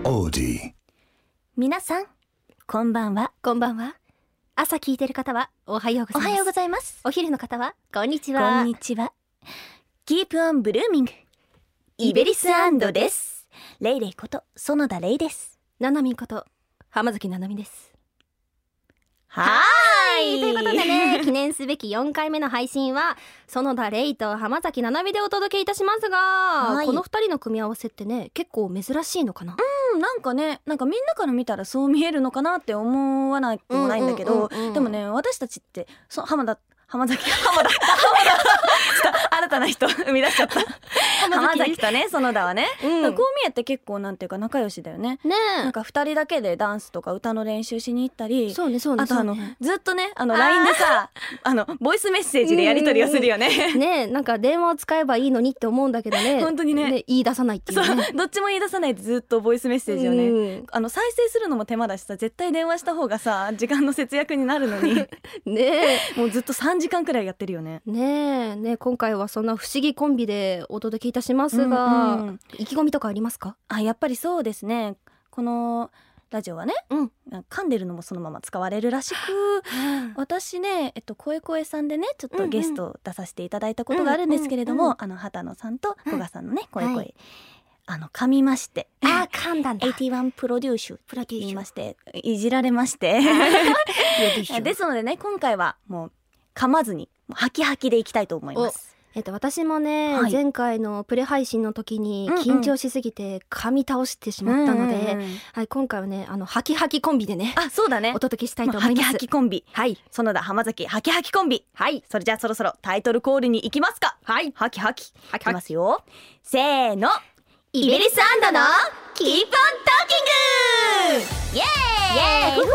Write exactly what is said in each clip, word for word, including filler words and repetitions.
オーディ。 皆さんこんばんは。 こんばんは。朝聞いてる方はおはようございます。 おはようございます。 お昼の方はこんにちは。 こんにちは。Keep on blooming イベリスアンドです。レイレイこと園田レイです。 ななみんこと浜崎ななみです。 はーい、ということでね、記念すべきよんかいめの配信は園田レイと浜崎ななみでお届けいたしますが、このふたりの組み合わせってね結構珍しいのかな。 うん、なんかね、なんかみんなから見たらそう見えるのかなって思わないくもないんだけど、でもね、私たちってそ浜田浜崎浜田浜田ちょっと新たな人生み出しちゃった浜崎とね園田はね、うん、こう見えて結構なんていうか仲良しだよね。ねえ、なんかふたりだけでダンスとか歌の練習しに行ったり、そうねそうね、あとあの、ね、ずっとねあの ライン でさあのボイスメッセージでやり取りをするよね。 ねえ、なんか電話を使えばいいのにって思うんだけどね本当に ね, ね言い出さないっていうね。 そう、どっちも言い出さないでずっとボイスメッセージをね、うん、あの再生するのも手間だしさ、絶対電話した方がさ時間の節約になるのにねえもうずっとさんじかんくらいやってるよね。 ねえねえ、今回はそんな不思議コンビでお届けいたしますが、うんうん、意気込みとかありますか？ あ、やっぱりそうですね、このラジオはね、うん、噛んでるのもそのまま使われるらしく私ね、えっと、声声さんでねちょっとゲスト出させていただいたことがあるんですけれども、うんうん、あの畑野さんと古賀さんのね、うん、声声、はい、あの噛みまして、 あー噛んだんだエイティワンプロデューシュプロデューシュ言いましていじられましてですのでね、今回はもう噛まずにハキハキでいきたいと思います。 えっと、私もね、はい、前回のプレ配信の時に緊張しすぎて噛み倒してしまったので、うんうん、はい、今回はねあのハキハキコンビでね、 あ、そうだね、 お届けしたいと思います。 ハキハキコンビ、はい、園田浜崎ハキハキコンビ、はい、それじゃあそろそろタイトルコールに行きますか。はい、ハキハキいきますよ。せーの、イベリスアンドのキープオントーキング、イエーイ、イエーイ、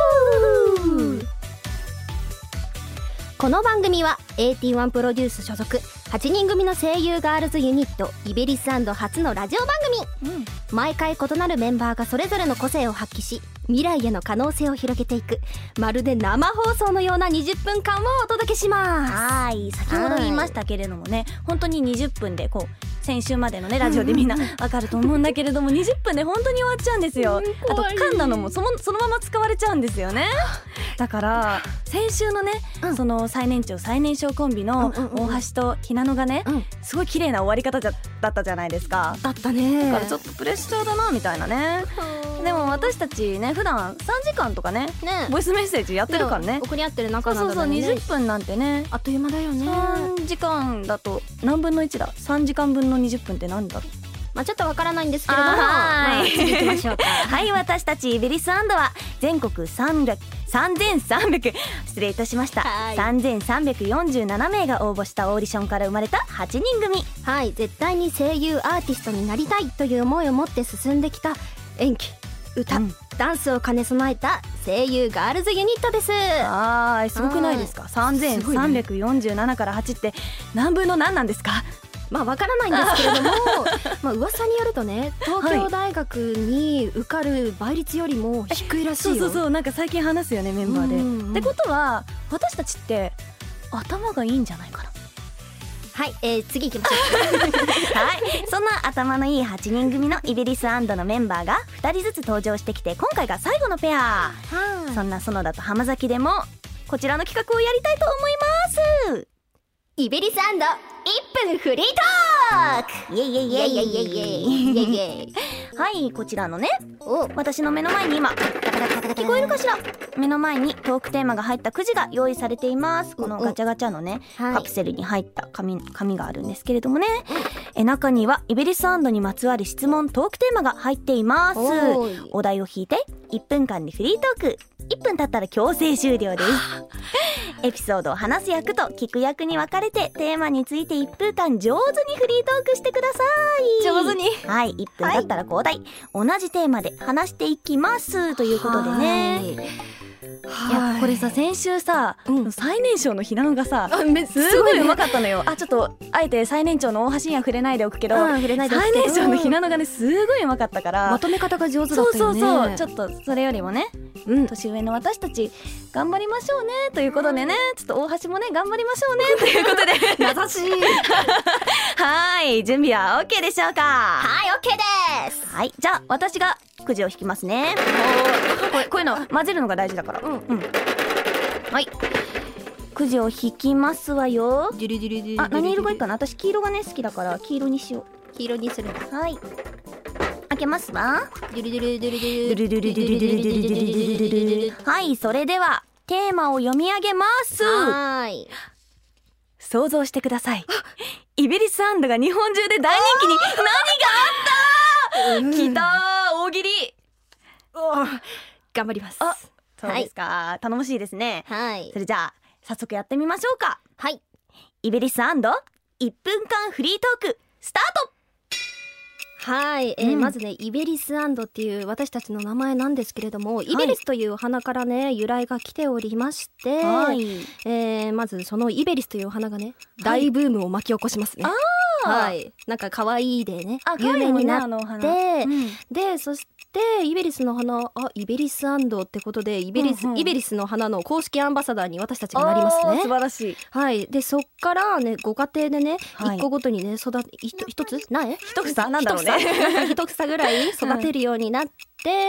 この番組は エイティワン プロデュース所属はちにん組の声優ガールズユニットイベリスアンド初のラジオ番組、うん、毎回異なるメンバーがそれぞれの個性を発揮し未来への可能性を広げていく、まるで生放送のようなにじゅっぷんかんをお届けします。 はい、先ほど言いましたけれどもね、本当ににじゅっぷんでこう先週までのねラジオでみんなわかると思うんだけれどもにじゅっぷんで本当に終わっちゃうんですよ。あと噛んだのもその、そのまま使われちゃうんですよね。だから先週のね、うん、その最年長最年少コンビの大橋とひなのがね、うん、すごい綺麗な終わり方じゃだったじゃないですか。 だったね。 だからちょっとプレッシャーだなみたいなね。でも私たちね普段さんじかんとか ね, ねボイスメッセージやってるからね、 送り合ってる中なんだね。 そうそうそう、にじゅっぷんなんてねあっという間だよね。 さんじかんだと何分のいちだ、さんじかんぶんのにじゅっぷんって何だろう。 まあ、ちょっとわからないんですけれども、まあ、次行きましょうかはい、私たちイベリスアンドは全国さんびゃく さんぜんさんびゃく失礼いたしました、さんぜんさんびゃくよんじゅうななめいが応募したオーディションから生まれたはちにん組。 はい、絶対に声優アーティストになりたいという思いを持って進んできた演技、歌、うん、ダンスを兼ね備えた声優ガールズユニットです。 あー、すごくないですか。さんぜんさんびゃくよんじゅうななからはちって何分の何なんですか。 まあわからないんですけれどもまあ噂によるとね、東京大学に受かる倍率よりも低いらしいよ。 そうそうそう、なんか最近話すよねメンバーで、うんうん、ってことは私たちって頭がいいんじゃないかな。 はい、えー、次行きましょうはい、そんな頭のいいはちにん組のイベリスアンドのメンバーがふたりずつ登場してきて、今回が最後のペア、はあ、そんな園田と浜崎でもこちらの企画をやりたいと思います。 イベリスアンドいっぷんフリートーク、イエイエイエイエイエイエイエイエイはい、こちらのね、私の目の前に今聞こえるかしら、目の前にトークテーマが入ったくじが用意されています。このガチャガチャのね、カプセルに入った紙、紙があるんですけれどもね、え中にはイベリスアンドにまつわる質問トークテーマが入っています。お題を引いていっぷんかんでフリートーク、いっぷん経ったら強制終了ですエピソードを話す役と聞く役に分かれてテーマについていっぷんかん上手にフリートークしてください。 上手に、 はい、いっぷん経ったら交代、はい、同じテーマで話していきますということでね。いや、これさ先週さ、うん、最年少のひなのがさすごい上手かったのよ。あ、ちょっとあえて最年長の大橋には触れないでおくけど、うん、触れないでおくけど最年少のひなのがねすごい上手かったから、 まとめ方が上手だったよね。 そうそうそう、ちょっとそれよりもねうん、 年上の私たち頑張りましょうねということでね、ちょっと大橋もね頑張りましょうねということで名指しはい準備は OK でしょうか？ はい OK です。 はい、じゃあ私がくじを引きますね。これこういうの混ぜるのが大事だから。うん、うん、はい、くじを引きますわよ。あ、何色がいいかな？私黄色がね好きだから黄色にしよう。 黄色にする。 はい、開けますわ。はい、それではテーマを読み上げます。 はい、 想像してください。イベリス&が日本中で大人気に。何があった？きたー、大喜利。 頑張ります。 あ、そうですか、はい、頼もしいですね。 はい、 それじゃあ早速やってみましょうか。 はい、 イベリス&いっぷんかんフリートークスタート。 はい、えーうん、 まずねイベリス&っていう私たちの名前なんですけれども、はい、イベリスというお花からね由来が来ておりまして、はい、えー、まずそのイベリスというお花がね大ブームを巻き起こしますね。はい、なんか可愛いでね有名になって、うん、でそしてイベリスの花、あ、イベリス&ってことでイベリス、うんうん、イベリスの花の公式アンバサダーに私たちがなりますね。 素晴らしい。はい、 でそっからねご家庭でね一、はい、個ごとにね育て一つ苗一房なんだろうね一房ぐらい育てるようになって、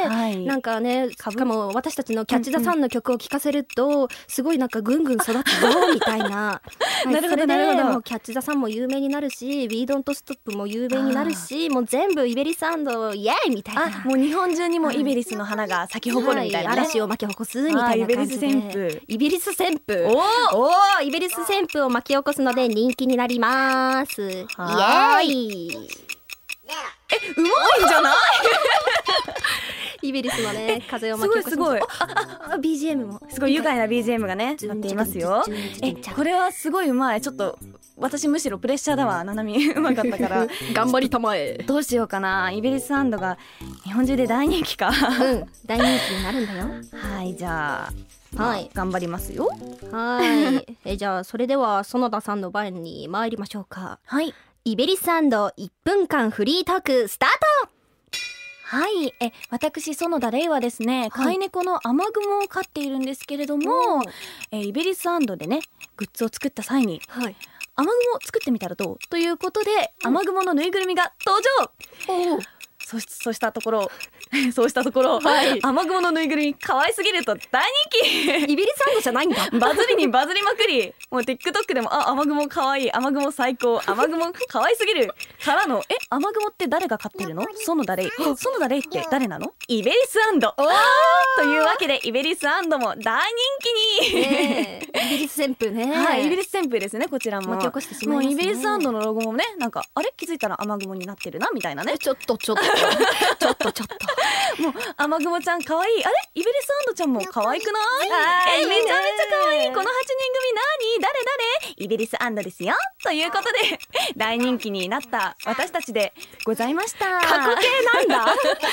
はい、なんかねしかも私たちのキャッチ・ザ・サンの曲を聴かせるとすごいなんかぐんぐん育つぞみたいな、はい、なるほどなるほど。もうキャッチ・ザ・サンも有名になるしビードントストップも有名になるしもう全部イベリス&イエーイみたいな。 あ、もう日本中にもイベリスの花が咲き誇るみたいな、ね、 はい、嵐を巻き起こすみたいな感じで、イベリス旋風イベリス旋風おおイベリス旋風を巻き起こすので人気になります。イエーイ。 え、うまいんじゃないイベリスのね風を巻き起こす。 すごいすごい。 ああ ビージーエム もすごい愉快な ビージーエム がねなっていますよ。え、これはすごいうまい。ちょっと私むしろプレッシャーだわ。ななみうまかったから頑張りたまえ。 どうしようかな。イベリス&が日本中で大人気かうん大人気になるんだよ。 はい、じゃあ、 はい、 頑張りますよ。 はいえじゃあそれでは園田さんの番に参りましょうか。 はい、 イベリス&いっぷんかんフリートークスタート。 はい、え私園田レイはですね、飼い猫の雨雲を飼っているんですけれども、えイベリス&でねグッズを作った際に、はい、雨雲を作ってみたらどうということで、うん、雨雲のぬいぐるみが登場。そし、そうしたところそうしたところ、はい、雨雲のぬいぐるみ可愛すぎると大人気。 イベリス&じゃないんだバズりにバズりまくり、もう TikTok でもあ雨雲可愛い、雨雲最高、雨雲可愛すぎるからのえ雨雲って誰が飼ってるの？園田レイ。園田レイって誰なの？イベリス&というわけでイベリス&も大人気に、 ね、イベリス旋風ね。 はい、イベリス旋風ですね。こちらも巻き起こしてしまいますね。 もうイベリス&のロゴもねなんかあれ気づいたら雨雲になってるなみたいなね。 ちょっとちょっとちょっとちょっともう雨雲ちゃん可愛い。あれイベリス&ちゃんも可愛くない？えめちゃめちゃ可愛い。このはちにん組何？誰誰？イベリス&ですよ。ということで大人気になった私たちでございました。 過去形なんだ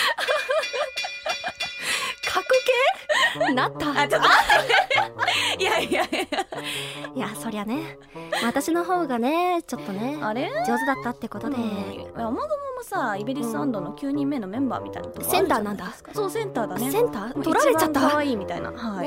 過去形なった。 あ、ちょっと待っていやいやいやいやそりゃね私の方がねちょっとねあれ上手だったってことで、うん、 雨雲もさイベリス&のきゅうにんめのメンバーみたいなとこセンターなんだ。 そうセンターだね。 センター取られちゃった。 可愛いみたいな。はい。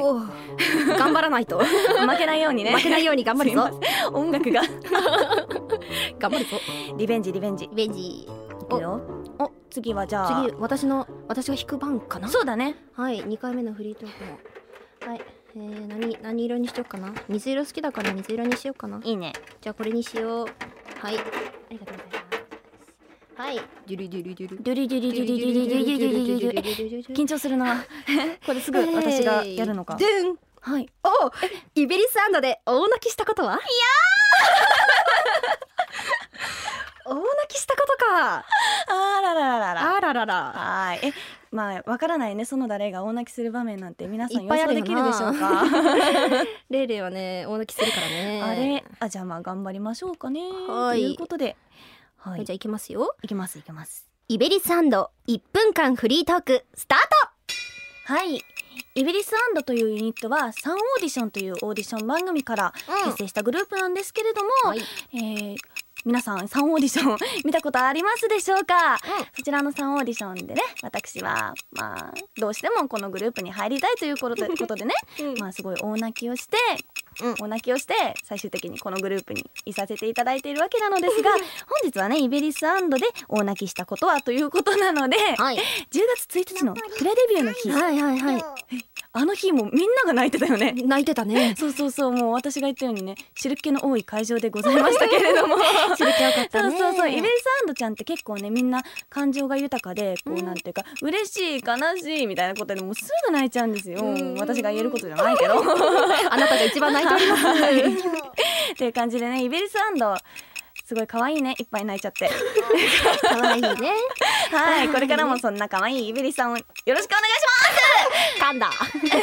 頑張らないと負けないようにね。 負けないように頑張るぞ。 音楽が頑張るぞ。 リベンジリベンジリベンジ。 おお次はじゃあ次私の私が弾く番かな。 そうだね。 はい、にかいめのフリートークもはい、えー、何何色にしようかな。水色好きだから水色にしようかな。 いいね。 じゃあこれにしよう。はい、ありがとうございます。はい、ドゥルドゥルドゥルドゥルドゥルドゥルドゥルドゥルドゥルドゥルドゥル。緊張するな。これすぐ私がやるのか。 ドゥン。 はい。 お、イベリス&で大泣きしたことは？いやー。大泣きしたことか。 あらららら。 あららら。 はい。え、まあわからないね。園田レイが大泣きする場面なんて皆さん予想できるでしょうか。 レイレイはね大泣きするからね。 あれ、あじゃあまあ頑張りましょうかね。 はい。 ということで。 はい、じゃあいきますよ。 いきますいきます。 イベリス&いっぷんかんフリートークスタート。はい、イベリス&というユニットはサンオーディションというオーディション番組から結成したグループなんですけれども、うんはいえー、 皆さんさんオーディション見たことありますでしょうか、うん、そちらのさんオーディションでね、私はまあどうしてもこのグループに入りたいということでことでね、うん、まあすごい大泣きをして、うん、大泣きをして最終的にこのグループにいさせていただいているわけなのですが本日はねイベリス&で大泣きしたことはということなので、はい、じゅうがつついたちのプレデビューの日、 はいはいはい、 あの日もみんなが泣いてたよね。 泣いてたね。 そうそうそう、もう私が言ったようにね汁気の多い会場でございましたけれども汁気多かったね。 そうそうそう、イベリス&ちゃんって結構ねみんな感情が豊かでこう、うん、なんていうか嬉しい悲しいみたいなことでもうすぐ泣いちゃうんですよ。私が言えることじゃないけどあなたが一番泣いておりますっていう感じでね、イベリス&すごい可愛いね、いっぱい泣いちゃって可愛いねはい、これからもそんな可愛いイベリさんをよろしくお願いします噛んだ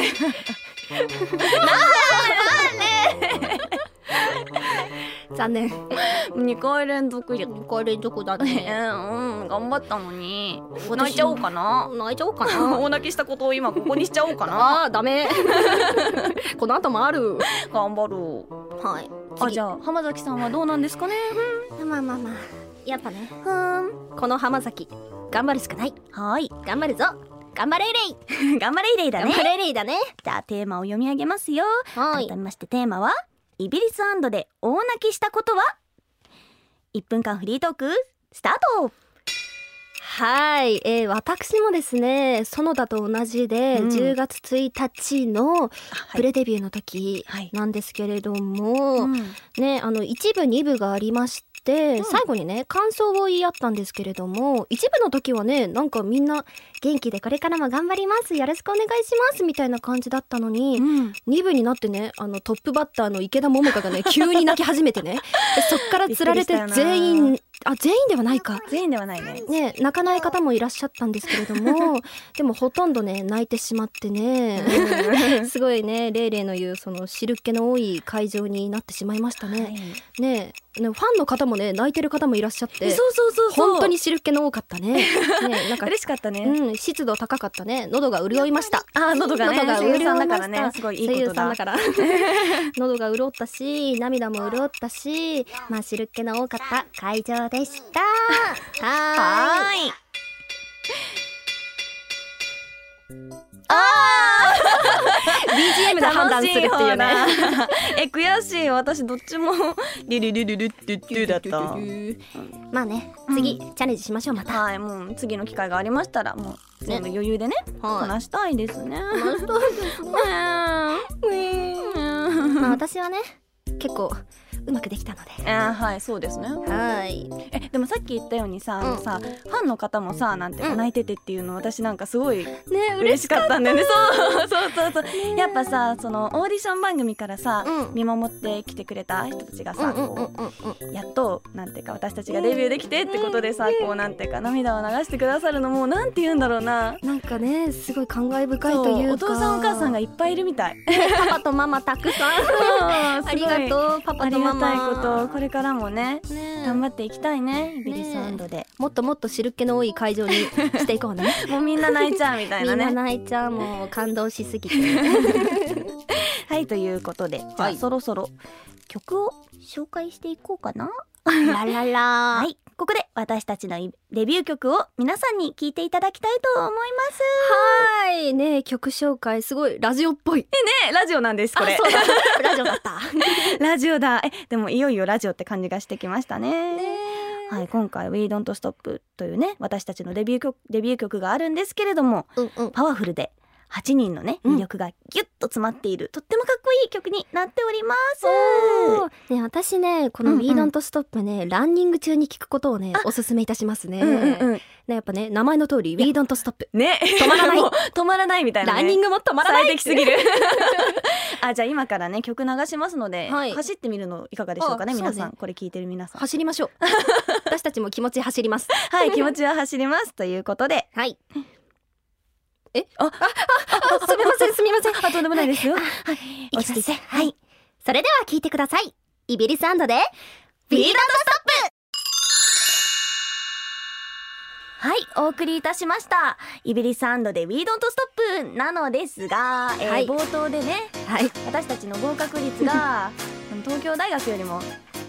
なんで残念にかい連続じゃにかい連続だねうん、頑張ったのに泣いちゃおうかな泣いちゃおうかな大泣きしたことを今ここにしちゃおうかなあーダメこの後もある。 頑張ろう。はい、あ、じゃあ浜崎さんはどうなんですかね。 うん、まあまあまあやっぱね、うん、この浜崎頑張るしかない。 はい、 頑張るぞ。頑張れイレイ頑張れイレイだね。 頑張れイレイだね。 じゃあテーマを読み上げますよ。 はい、 改めましてテーマはイベリス&で大泣きしたことは。いっぷんかんフリートークスタート。 はい、えー、私もですね園田と同じで、うん、じゅうがつついたちのプレデビューの時なんですけれども、はいはい、ね、あのいち部に部がありまして、うん、最後にね感想を言い合ったんですけれども、いち部の時はねなんかみんな元気でこれからも頑張りますよろしくお願いしますみたいな感じだったのに、うん、に部になってねあのトップバッターの池田桃香がね急に泣き始めてねそっからつられて全員あ全員ではないか全員ではないねね、泣かない方もいらっしゃったんですけれどもでもほとんどね泣いてしまってねすごいねレイレイの言うその汁気の多い会場になってしまいましたね、はい、ねファンの方もね泣いてる方もいらっしゃって、 そうそうそうそう本当に汁気の多かったねねなんか嬉しかったね、 うん、湿度高かったね。喉が潤いました。 あ、喉がね、 喉が潤いました。ね、すごいいいことだ。 だから喉が潤ったし涙も潤ったし、まあ汁気の多かった会場でした。はーい。 あービージーエム で判断するっていうねえ、悔しい。私どっちもリルルルルッルルだった。 まあね、次、うん、チャレンジしましょう。またはい、もう次の機会がありましたらもう全部余裕でね、こなしたいですね。 話したいですねまあ私はね結構うまくできたので。 あ、はい、そうですね。 はい。 え、でもさっき言ったようにさ、うん、あのさファンの方もさなんて泣いててっていうの、私なんかすごいね嬉しかったんだよね。そうそうそうそう、ね、やっぱさそのオーディション番組からさ、うん、見守ってきてくれた人たちがさ、こうやっとなんていうか私たちがデビューできてってことでさ、こうなんていうか涙を流してくださるのもなんて言うんだろうな、 なんかねすごい感慨深いというか、 お父さんお母さんがいっぱいいるみたい。 パパとママたくさんありがとうパパとママ。ありがたいこと、これからも ね, ね頑張っていきたいね、イベリス&で、ね、 もっともっと汁気の多い会場にしていこうねもうみんな泣いちゃうみたいなねみんな泣いちゃう、もう感動しすぎてはい、ということで、じゃあそろそろ曲を紹介していこうかな。 ラララはい、ここで私たちのデビュー曲を皆さんに聴いていただきたいと思います。 はいね、曲紹介すごいラジオっぽい。 えね、ラジオなんですこれ。 あ、そうだラジオだったラジオだ。え、でもいよいよラジオって感じがしてきましたね。ね、はい、今回 We Don't Stop というね私たちのデビュー曲デビュー曲があるんですけれども、うんうん、パワフルではちにんのね魅力がギュッと詰まっている、うん、とってもかっこいい曲になっております。 ね、私ねこの We Don't Stop ね、うんうん、ランニング中に聴くことをねおすすめいたしますね。うんうんうん、ね、やっぱね名前の通り We Don't Stop ね、 止まらない止まらないみたいな、ね、 ランニングも止まらない最適すぎるあ、じゃあ今からね曲流しますので、はい、走ってみるのいかがでしょうかね。皆さん、ね、これ聞いてる皆さん走りましょう私たちも気持ち走りますはい、気持ちは走りますということで、 はい、 え、あ、あ、あ、 すみませんすみません、 あ、とんでもないですよ。はい、 落ち着いて、はい。それでは聞いてください。イベリス&で We Don't Stop。 はい、お送りいたしましたイベリス&で We Don't Stop なのですが、はい、えー、冒頭でね、はい、私たちの合格率が東京大学よりも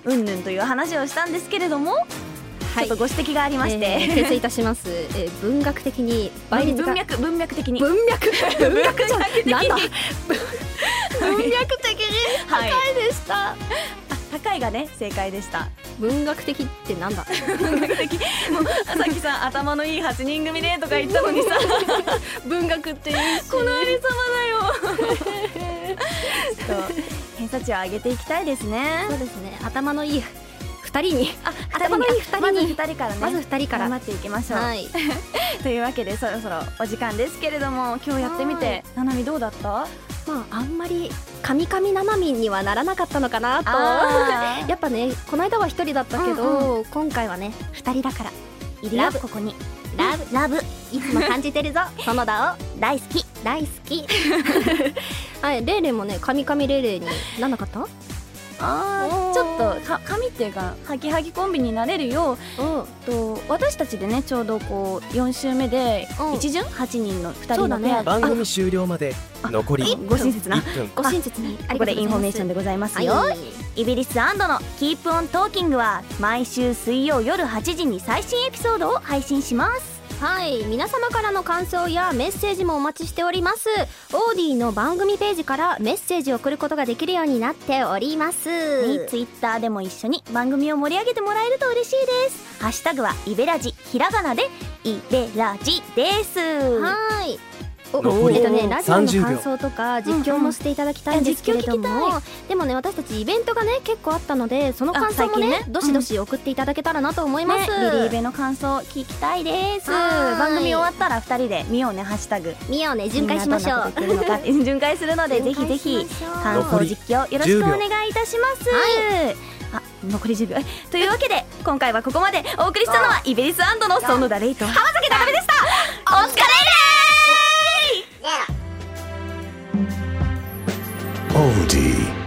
うんぬんという話をしたんですけれども、ちょっとご指摘がありまして、 えー、訂正いたします、えー、文学的に倍率が文脈文脈的に文脈文脈じゃないなんだ文脈的に高いでした、はい、 あ、高いがね正解でした。 文学的ってなんだ文学的もうさっきさ頭のいいはちにん組でとか言ったのにさ文学っていいしこのありさまだよちょっと偏差値を上げていきたいですね。 そうですね、頭のいいふたりにあ頭のいいふたりにまずふたりからねまずふたりから頑張っていきましょう、 はい、 というわけでそろそろお時間ですけれども、今日やってみてななみどうだった？ まああんまりカミカミななみにはならなかったのかなとやっぱねこの間はひとりだったけど、うんうん、今回はねふたりだからいるよここにラブラブいつも感じてるぞ園田を大好き大好きはいレイレイもねカミカミレイレイにならなかった？ あーちょっとか神っていうかハキハキコンビになれるようと私たちでねちょうどこうよん週目で一巡はちにんのふたりのペア、 ね、番組終了まで残りご親切なご親切にここでインフォメーションでございますよ、はい、イベリス&のキープオントーキングは毎週水曜夜はちじに最新エピソードを配信します。 はい、皆様からの感想やメッセージもお待ちしております。オーディの番組ページからメッセージを送ることができるようになっております、 ね、ツイッターでも一緒に番組を盛り上げてもらえると嬉しいです。ハッシュタグはイベラジ、ひらがなでイベラジです。 はい、おえっとね、ラジオの感想とか実況もしていただきたいんですけれども、うんうん、でもね私たちイベントがね結構あったのでその感想も ね, ねどしどし送っていただけたらなと思います、 ね、リリイベの感想聞きたいです。番組終わったらふたりで見ようねハッシュタグ見ようね巡回しましょう巡回するのでぜひぜひ感想実況よろしくお願いいたします。はい、あ残りじゅうびょうというわけで今回はここまでお送りしたのはイベリス&の園田レイと浜崎ななみでした。お疲れオーディ